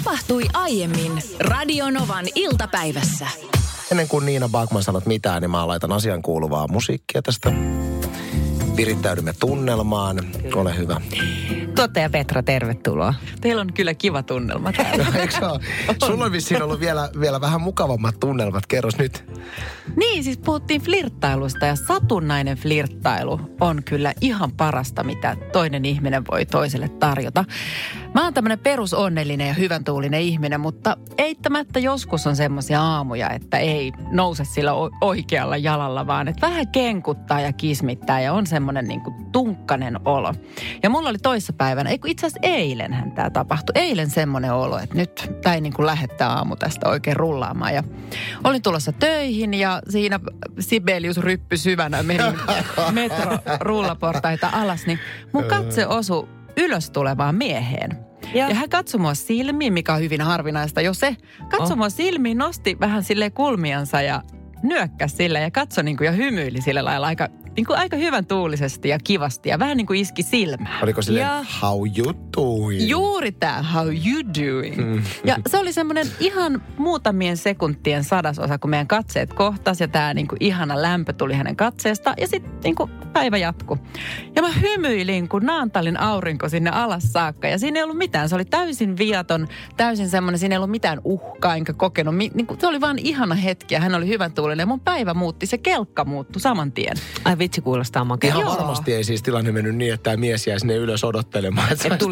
Tapahtui aiemmin Radionovan iltapäivässä. Ennen kuin Niina Backman sanot mitään, niin mä laitan asian kuuluvaa musiikkia tästä. Virittäydymme tunnelmaan. Ole hyvä. Tuottaja Petra, tervetuloa. Teillä on kyllä kiva tunnelma täällä. Eikö ole? Sulla on vissiin ollut vielä vähän mukavammat tunnelmat. Kerros nyt. Niin, siis puhuttiin flirttailusta ja satunnainen flirttailu on kyllä ihan parasta, mitä toinen ihminen voi toiselle tarjota. Mä oon tämmönen perusonnellinen ja hyväntuulinen ihminen, mutta eittämättä joskus on semmoisia aamuja, että ei nouse sillä oikealla jalalla, vaan että vähän kenkuttaa ja kismittää ja on semmoinen niin kuin tunkkanen olo. Ja mulla oli toissapäivänä, itse asiassa eilenhän tämä tapahtui. Eilen semmoinen olo, että nyt tämä ei niin kuin lähettää aamu tästä oikein rullaamaan. Ja olin tulossa töihin ja siinä Sibelius ryppy syvänä menin metro-rullaportaita alas, niin mun katse osui ylös tulevaan mieheen. Ja hän katsoi mua silmiin, mikä on hyvin harvinaista jo se. Katsoi mua silmiin, nosti vähän silleen kulmiansa ja nyökkäsi sille ja katsoi niin kuin ja hymyili sillä lailla aika hyvän tuulisesti ja kivasti ja vähän niin kuin iski silmään. Oliko silleen, how you doing? Juuri tämä, how you doing. Ja se oli semmoinen ihan muutamien sekuntien sadasosa, kun meidän katseet kohtasi ja tämä niin kuin ihana lämpö tuli hänen katseesta ja sitten niin kuin päivä jatkui. Ja mä hymyilin, kun naantalin aurinko sinne alas saakka ja siinä ei ollut mitään. Se oli täysin viaton, täysin semmoinen, siinä ei ollut mitään uhkaa enkä kokenut. Niin kuin, se oli vaan ihana hetki ja hän oli hyvän tuulinen ja mun päivä muutti, se kelkka muuttui saman tien. Ai vitsi, kuulostaa makea. Ihan varmasti ei siis tilanne mennyt niin, että tämä mies jäi sinne ylös odottelemaan.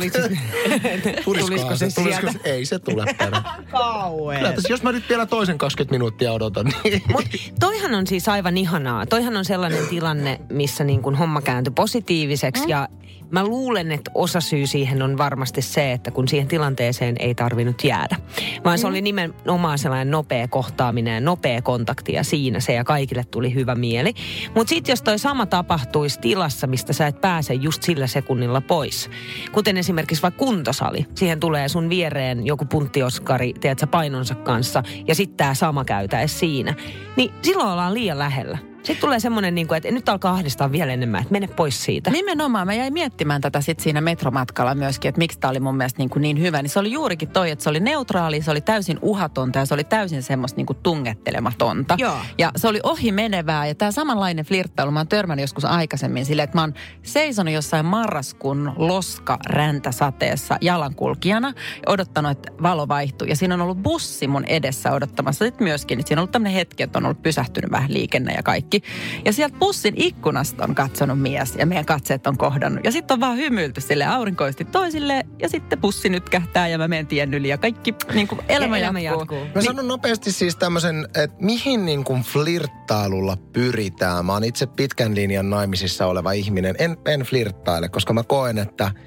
Tulisiko se sieltä? Ei se tule perä. Kauhean. Jos mä nyt vielä toisen 20 minuuttia odotan, niin... Mutta toihan on siis aivan ihanaa. Toihan on sellainen tilanne, missä niin kuin homma kääntyi positiiviseksi ja mä luulen, että osasyy siihen on varmasti se, että kun siihen tilanteeseen ei tarvinnut jäädä. Vaan se oli nimenomaan sellainen nopea kohtaaminen ja nopea kontakti ja siinä se ja kaikille tuli hyvä mieli. Mutta sitten jos toi sama tapahtuisi tilassa, mistä sä et pääse just sillä sekunnilla pois. Kuten esimerkiksi vaikka kuntosali. Siihen tulee sun viereen joku punttioskari, teet sä painonsa kanssa ja sitten tää sama käytäisi siinä. Niin silloin ollaan liian lähellä. Sitten tulee semmoinen, että nyt alkaa ahdistaa vielä enemmän, että mene pois siitä. Nimenomaan. Mä jäin miettimään tätä sitten siinä metromatkalla myöskin, että miksi tämä oli mun mielestä niin hyvä. Niin se oli juurikin toi, että se oli neutraali, se oli täysin uhatonta ja se oli täysin semmoista tungettelematonta. Joo. Ja se oli ohi menevää ja tämä samanlainen flirttailu, mä oon törmännyt joskus aikaisemmin silleen, että mä oon seisonut jossain marraskuun räntäsateessa jalankulkijana ja odottanut, että valo vaihtuu. Ja siinä on ollut bussi mun edessä odottamassa sitten myöskin. Siinä on ollut tämmöinen hetki, että on ollut pysähtynyt vähän liikenne ja kaikki. Ja sieltä bussin ikkunasta on katsonut mies ja meidän katseet on kohdannut. Ja sitten on vaan hymyilty sille aurinkoisesti toisille ja sitten bussi nyt kähtää ja mä menen tien yli ja kaikki niin kuin elämä jatkuu. Mä sanon nopeasti siis tämmöisen, että mihin niin kuin flirttailulla pyritään. Mä oon itse pitkän linjan naimisissa oleva ihminen. En flirttaile, koska mä koen,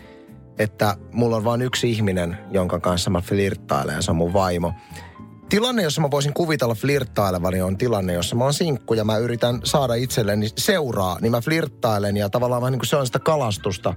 että mulla on vain yksi ihminen, jonka kanssa mä flirttailen ja se on mun vaimo. Tilanne, jossa mä voisin kuvitella flirttailevani, on tilanne, jossa mä oon sinkku ja mä yritän saada itselleni seuraa, niin mä flirttailen ja tavallaan vähän niin kuin se on sitä kalastusta.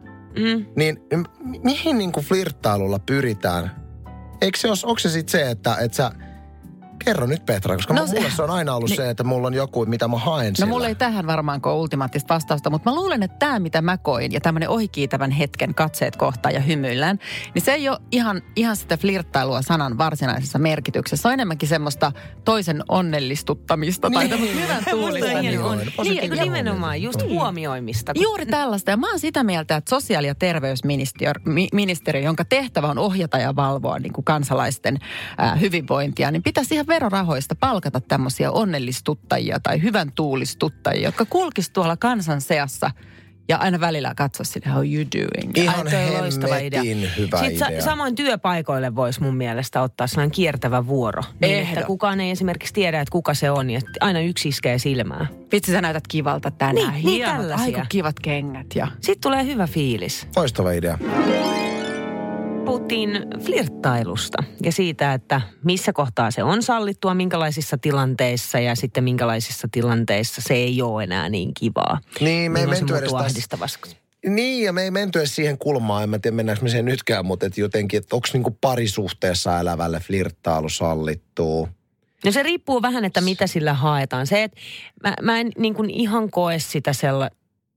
Niin mihin niin kuin flirttailulla pyritään? Onko se sitten se, että sä... Kerro nyt Petra, koska mulle se on aina ollut se, että mulla on joku, mitä mä haen sillä. No mulla ei tähän varmaan ole ultimaattista vastausta, mutta mä luulen, että tämä, mitä mä koin ja tämmöinen ohikiitävän hetken katseet kohtaan ja hymyillään, niin se ei ole ihan sitä flirttailua sanan varsinaisessa merkityksessä. Se on enemmänkin semmoista toisen onnellistuttamista tai tämmöistä hyvän tuulista. Nimenomaan, just huomioimista. Juuri tällaista. Ja mä oon sitä mieltä, että sosiaali- ja terveysministeriö, jonka tehtävä on ohjata ja valvoa niin kuin kansalaisten hyvinvointia, niin pitäisi ihan verorahoista palkata tämmöisiä onnellistuttajia tai hyvän tuulistuttajia, jotka kulkisivat tuolla kansan seassa ja aina välillä katsoa sinne, how you doing. Ihan hemmetin hyvä idea. Samoin työpaikoille voisi mun mielestä ottaa sellainen kiertävä vuoro. Niin, että kukaan ei esimerkiksi tiedä, että kuka se on ja aina yksi iskee silmään. Vitsi, sä näytät kivalta tänään. Niin tällaisia. Aiku kivat kengät. Ja... Sitten tulee hyvä fiilis. Loistava idea. Puhuttiin flirttailusta ja siitä, että missä kohtaa se on sallittua, minkälaisissa tilanteissa ja sitten minkälaisissa tilanteissa se ei ole enää niin kivaa. Niin, me ei menty edes Niin, ja me ei menty edes siihen kulmaan, en mä tiedä mennäänkö me siihen nytkään, mutta et jotenkin, että onko niinku parisuhteessa elävälle flirttailu sallittua? No se riippuu vähän, että mitä sillä haetaan. Se, että mä en niin kuin ihan koe sitä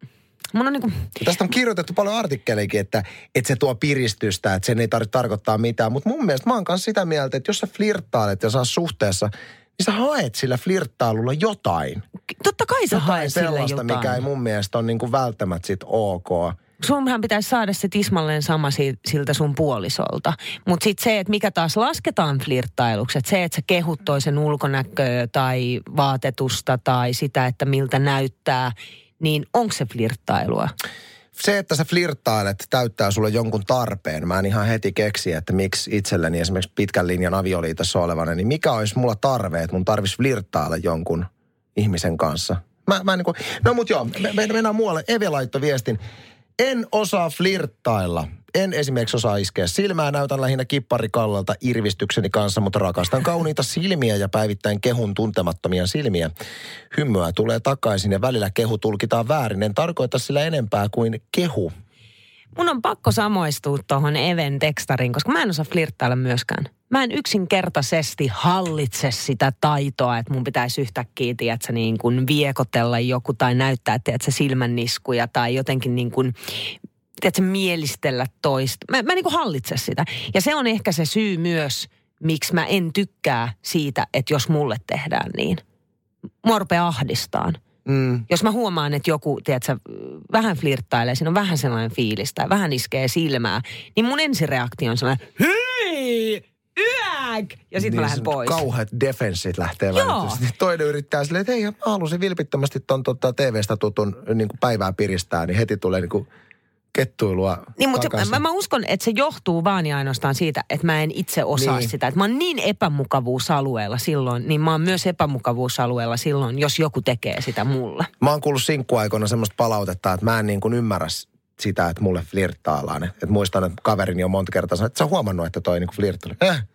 mun on niinku... Tästä on kirjoitettu paljon artikkelejakin, että se tuo piristystä, että sen ei tarvitse tarkoittaa mitään. Mutta mun mielestä mä oon kanssa sitä mieltä, että jos sä flirttailet ja sä oot suhteessa, niin sä haet sillä flirttailulla jotain. Totta kai sä haet sillä sellaista, jotain. mikä ei mun mielestä ole niinku välttämättä sit ok. Sunhan pitäisi saada se tismalleen sama siltä sun puolisolta. Mutta sitten se, että mikä taas lasketaan flirttailuksi, että se, että sä kehut toisen ulkonäköä tai vaatetusta tai sitä, että miltä näyttää, niin onko se flirttailua? Se, että sä flirttailet, täyttää sulle jonkun tarpeen. Mä en ihan heti keksi, että miksi itselleni esimerkiksi pitkän linjan avioliitossa olevana, niin mikä olisi mulla tarve, että mun tarvitsisi flirttailla jonkun ihmisen kanssa. Mä niin kuin, no mut joo, mennään muualle. Eve laittoi viestin. En osaa flirttailla. En esimerkiksi osaa iskeä silmää. Näytän lähinnä kipparikallalta irvistykseni kanssa, mutta rakastan kauniita silmiä ja päivittäin kehun tuntemattomia silmiä. Hymyä tulee takaisin ja välillä kehu tulkitaan väärin. En tarkoita sillä enempää kuin kehu. Mun on pakko samoistua tuohon Even tekstariin, koska mä en osaa flirttailla myöskään. Mä en yksinkertaisesti hallitse sitä taitoa, että mun pitäisi yhtäkkiä, tiedätkö, niin kuin viekotella joku tai näyttää, tiedätkö, silmänniskuja tai jotenkin niin kuin, tiedätkö, mielistellä toista. Mä niin kuin hallitse sitä. Ja se on ehkä se syy myös, miksi mä en tykkää siitä, että jos mulle tehdään niin. Mua rupeaa ahdistaan. Jos mä huomaan, että joku, tiedätkö, vähän flirttailee, siinä on vähän sellainen fiilis tai vähän iskee silmää, niin mun ensireaktio on sellainen, hyi, yäk, ja sit mä lähden pois. Kauheat defenssit lähtee välittömästi. Toinen yrittää silleen, että hei, mä halusin vilpittömästi ton TV:stä tutun niin kuin päivää piristää, niin heti tulee niin kuin kettuilua niin, mutta mä uskon, että se johtuu vaan ja ainoastaan siitä, että mä en itse osaa sitä. Että mä oon niin epämukavuusalueella silloin, niin mä oon myös epämukavuusalueella silloin, jos joku tekee sitä mulle. Mä oon kuullut sinkkuaikoina semmoista palautetta, että mä en niin kuin ymmärrä sitä, että mulle flirttaillaan. Että muistan, että kaverini on monta kertaa sanonut, että sä oot huomannut, että toi niin kuin flirttailu.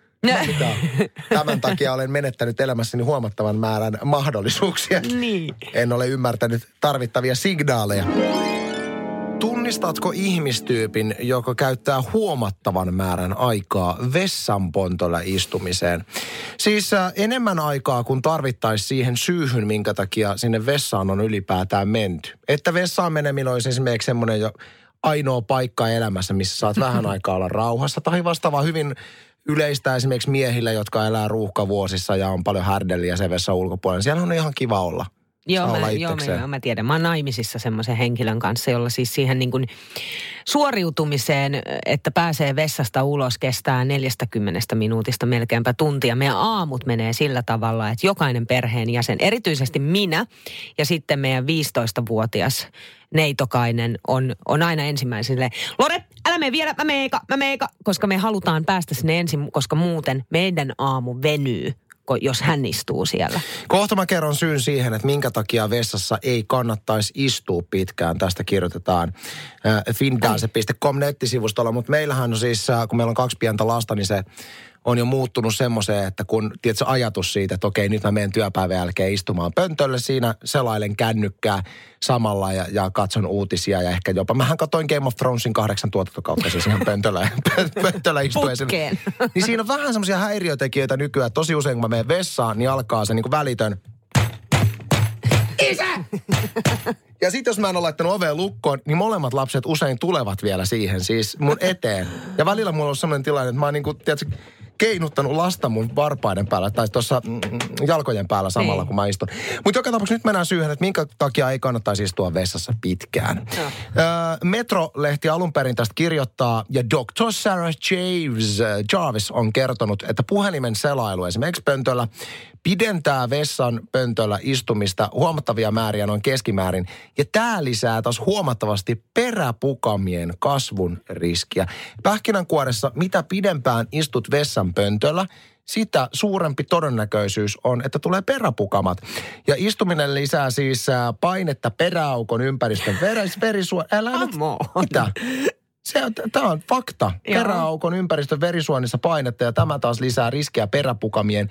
Tämän takia olen menettänyt elämässäni huomattavan määrän mahdollisuuksia. Niin. En ole ymmärtänyt tarvittavia signaaleja. Tunnistatko ihmistyypin, joka käyttää huomattavan määrän aikaa vessanpontolla istumiseen? Siis enemmän aikaa, kun tarvittaisiin siihen syyhyn, minkä takia sinne vessaan on ylipäätään menty. Että vessaan meneminen olisi esimerkiksi semmoinen jo ainoa paikka elämässä, missä saat vähän aikaa olla rauhassa. Tai vastaavaa hyvin yleistä esimerkiksi miehille, jotka elää ruuhkavuosissa ja on paljon härdeliä sen vessan ulkopuolella. Siellä on ihan kiva olla. Mä tiedän. Mä oon naimisissa semmoisen henkilön kanssa, jolla siis siihen niin kuin suoriutumiseen, että pääsee vessasta ulos, kestää 40 minuutista melkeinpä tuntia. Meidän aamut menee sillä tavalla, että jokainen perheenjäsen, erityisesti minä ja sitten meidän 15-vuotias neitokainen on aina ensimmäisenä. Lore, älä mene vielä, mä meika, koska me halutaan päästä sinne ensin, koska muuten meidän aamu venyy, jos hän istuu siellä. Kohta mä kerron syyn siihen, että minkä takia vessassa ei kannattaisi istua pitkään. Tästä kirjoitetaan findance.com nettisivustolla, mutta meillähän on siis, kun meillä on 2 pientä lasta, niin se on jo muuttunut semmoiseen, että kun, tiedätkö, ajatus siitä, että okei, nyt mä menen työpäivän jälkeen istumaan pöntölle, siinä selailen kännykkää samalla ja katson uutisia ja ehkä jopa, mähän katsoin Game of Thronesin 8 tuotantokautta siis ihan pöntöllä istuen. Niin siinä on vähän semmoisia häiriötekijöitä nykyään. Tosi usein, kun mä menen vessaan, niin alkaa se niin kuin välitön isä! Ja sitten jos mä en ole laittanut ovea lukkoon, niin molemmat lapset usein tulevat vielä siihen, siis mun eteen. Ja välillä mulla on sellainen tilanne, että mä oon niin kuin, tiedätkö, keinuttanut lasta mun varpaiden päällä tai tuossa jalkojen päällä samalla, kun mä istun. Mutta joka tapauksessa nyt mennään syyhän, että minkä takia ei kannattaisi istua vessassa pitkään. Metro-lehti alun perin tästä kirjoittaa, ja Dr. Sarah Jarvis on kertonut, että puhelimen selailu esimerkiksi pöntöllä pidentää vessan pöntöllä istumista huomattavia määriä noin keskimäärin. Ja tämä lisää taas huomattavasti peräpukamien kasvun riskiä. Pähkinänkuoressa, mitä pidempään istut vessan pöntöllä, sitä suurempi todennäköisyys on, että tulee peräpukamat. Ja istuminen lisää siis painetta peräaukon ympäristön verisuonissa. Älä nyt, mitä? Tämä on fakta. Peräaukon ympäristön verisuonissa painetta ja tämä taas lisää riskiä peräpukamien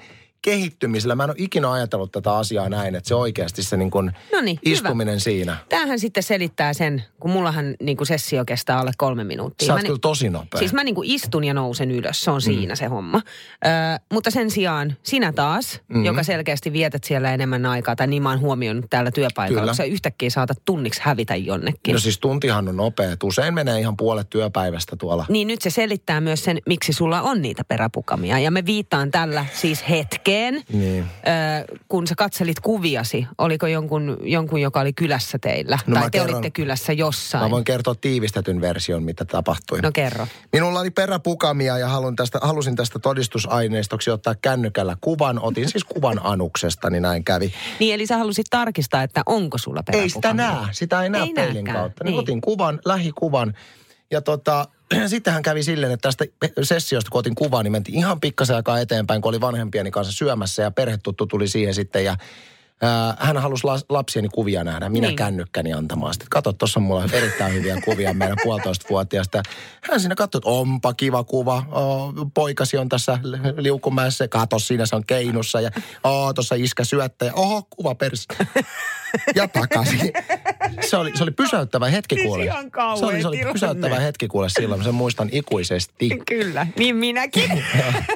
kehittymisellä. Mä en ole ikinä ajatellut tätä asiaa näin, että se oikeasti se niin kuin istuminen hyvä. Siinä. Tämähän sitten selittää sen, kun mullahan niin kuin sessio kestää alle 3 minuuttia. Sä oot kyllä tosi nopea. Siis mä niin kuin istun ja nousen ylös, se on siinä se homma. Mutta sen sijaan sinä taas, joka selkeästi vietät siellä enemmän aikaa, tai niin mä oon huomioinut täällä työpaikalla, kun sä yhtäkkiä saatat tunniksi hävitä jonnekin. No siis tuntihan on nopea, usein menee ihan puolet työpäivästä tuolla. Niin nyt se selittää myös sen, miksi sulla on niitä peräpukamia. Ja me viittaan tällä siis hetkeen, kun sä katselit kuviasi. Oliko jonkun, joka oli kylässä teillä? No tai te olitte kylässä jossain? Mä voin kertoa tiivistetyn version, mitä tapahtui. No kerro. Minulla oli peräpukamia ja halusin tästä todistusaineistoksi ottaa kännykällä kuvan. Otin siis kuvan anuksesta, niin näin kävi. Niin, eli sä halusit tarkistaa, että onko sulla peräpukamia? Sitä ei näe peilin kautta. Niin. Otin kuvan, lähikuvan ja sittenhän kävi silleen, että tästä sessiosta, kun otin kuvaa, niin mentiin ihan pikkasen aikaa eteenpäin, kun oli vanhempieni kanssa syömässä ja perhetuttu tuli siihen sitten ja hän halusi lapsieni kuvia nähdä, minä kännykkäni antamaan. Sitten kato, tuossa on mulla erittäin hyviä kuvia meidän 1,5-vuotiaasta. Hän siinä katsoi, että onpa kiva kuva, poikasi on tässä liukumäessä, kato siinä se on keinussa ja tuossa iskä syöttäjä, kuva persi. Ja takaisin. Se oli pysäyttävä hetki kuule. Se oli pysäyttävä hetki kuule silloin, sen muistan ikuisesti. Kyllä, niin minäkin.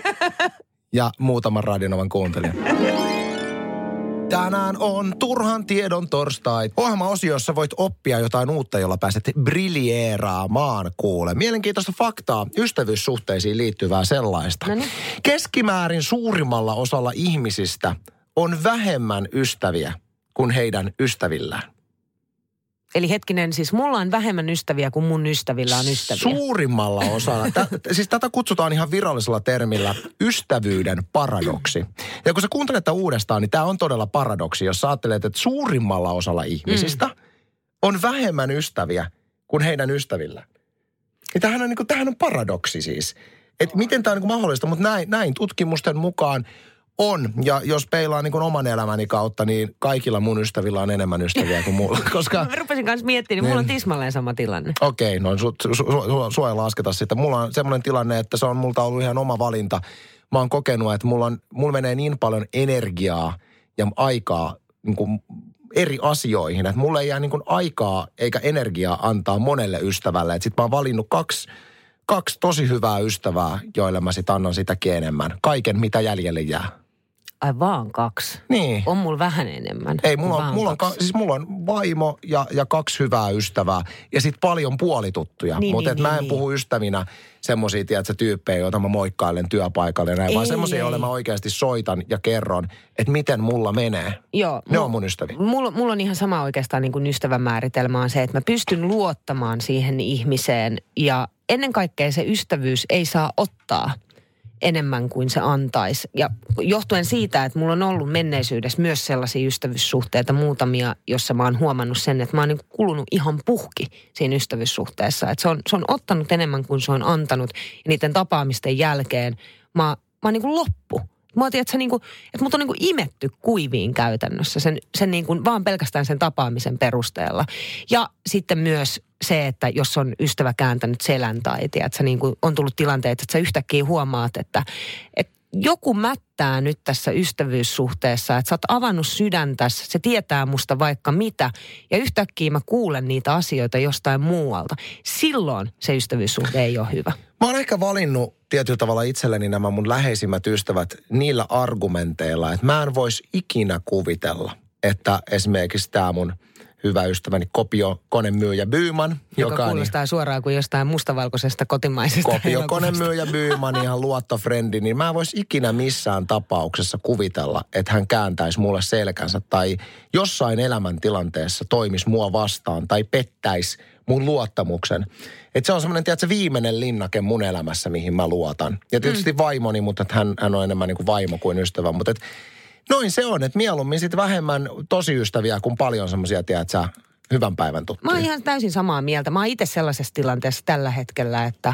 Ja muutaman Radionovan kuuntelijan. Tänään on turhan tiedon torstai. Ohjelma-osiossa voit oppia jotain uutta, jolla pääset briljeeraamaan kuule. Mielenkiintoista faktaa, ystävyyssuhteisiin liittyvää sellaista. Keskimäärin suurimmalla osalla ihmisistä on vähemmän ystäviä kuin heidän ystävillään. Eli hetkinen, siis mulla on vähemmän ystäviä kuin mun ystävillä on ystäviä. Suurimmalla osalla. Siis tätä kutsutaan ihan virallisella termillä ystävyyden paradoksi. Ja kun sä kuuntelet tätä uudestaan, niin tämä on todella paradoksi, jos sä ajattelet, että suurimmalla osalla ihmisistä on vähemmän ystäviä kuin heidän ystävillään. Ja tämähän on paradoksi siis. Että miten tämä on mahdollista, mutta näin tutkimusten mukaan on, ja jos peilaa niin kuin oman elämäni kautta, niin kaikilla mun ystävillä on enemmän ystäviä kuin mulla. Koska mä rupesin kanssa miettimään, niin mulla on tismalleen sama tilanne. Okei, no sua ei lasketa sitä. Mulla on semmoinen tilanne, että se on multa ollut ihan oma valinta. Mä oon kokenut, että mulla menee niin paljon energiaa ja aikaa niin kuin eri asioihin, että mulla ei jää niin kuin aikaa eikä energiaa antaa monelle ystävälle. Että sit mä oon valinnut kaksi tosi hyvää ystävää, joille mä sit annan sitäkin enemmän. Kaiken, mitä jäljelle jää. Ai vaan 2? Niin. On mulla vähän enemmän. Ei, mulla on vaimo ja 2 hyvää ystävää ja sitten paljon puolituttuja. Mutta mä en puhu ystävinä semmoisia, tyyppejä, joita mä moikkailen työpaikalle näin, vaan semmoisia, joille mä oikeasti soitan ja kerron, että miten mulla menee. Joo. Ne on mun ystäviä. Mulla on ihan sama oikeastaan niin kuin ystävän määritelmä on se, että mä pystyn luottamaan siihen ihmiseen ja ennen kaikkea se ystävyys ei saa ottaa enemmän kuin se antaisi. Ja johtuen siitä, että mulla on ollut menneisyydessä myös sellaisia ystävyyssuhteita muutamia, jossa mä oon huomannut sen, että mä oon niin kulunut ihan puhki siinä ystävyyssuhteessa. Että se on ottanut enemmän kuin se on antanut. Ja niiden tapaamisten jälkeen mä oon niin kuin loppu. Mä oon että mut on niin kuin imetty kuiviin käytännössä sen niin kuin vaan pelkästään sen tapaamisen perusteella. Ja sitten myös se, että jos on ystävä kääntänyt selän tai että sä niin kuin on tullut tilanteet, että sä yhtäkkiä huomaat, että joku mättää nyt tässä ystävyyssuhteessa, että sä oot avannut sydäntäs, se tietää musta vaikka mitä ja yhtäkkiä mä kuulen niitä asioita jostain muualta. Silloin se ystävyyssuhde ei ole hyvä. Mä oon ehkä valinnut tietyllä tavalla itselleni nämä mun läheisimmät ystävät niillä argumenteilla, että mä en vois ikinä kuvitella, että esimerkiksi tää mun hyvä ystäväni kopiokonemyyjä Byman. Joka kuulostaa suoraan kuin jostain mustavalkoisesta kotimaisesta. Kopiokonemyyjä Byman, ihan luottofrendi, niin mä en vois ikinä missään tapauksessa kuvitella, että hän kääntäisi mulle selkänsä tai jossain elämäntilanteessa toimisi mua vastaan tai pettäisi mun luottamuksen. Että se on semmoinen, viimeinen linnake mun elämässä, mihin mä luotan. Ja tietysti vaimoni, mutta hän on enemmän niin kuin vaimo kuin ystävä, mutta noin se on, että mieluummin sitten vähemmän tosiystäviä kuin paljon semmoisia, hyvän päivän tuttuja. Mä oon ihan täysin samaa mieltä. Mä oon itse sellaisessa tilanteessa tällä hetkellä, että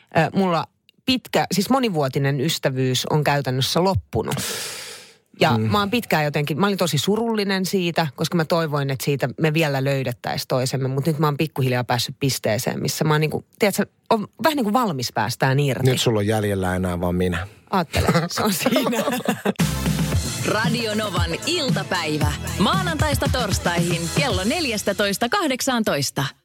mulla monivuotinen ystävyys on käytännössä loppunut. Ja mä oon pitkään jotenkin, mä olin tosi surullinen siitä, koska mä toivoin, että siitä me vielä löydettäisiin toisemme. Mutta nyt mä oon pikkuhiljaa päässyt pisteeseen, missä mä oon niin kuin, on vähän niin kuin valmis päästään irti. Nyt sulla on jäljellä enää vaan minä. Aattele, se on siinä. Radio Novan iltapäivä. Maanantaista torstaihin kello 14.18.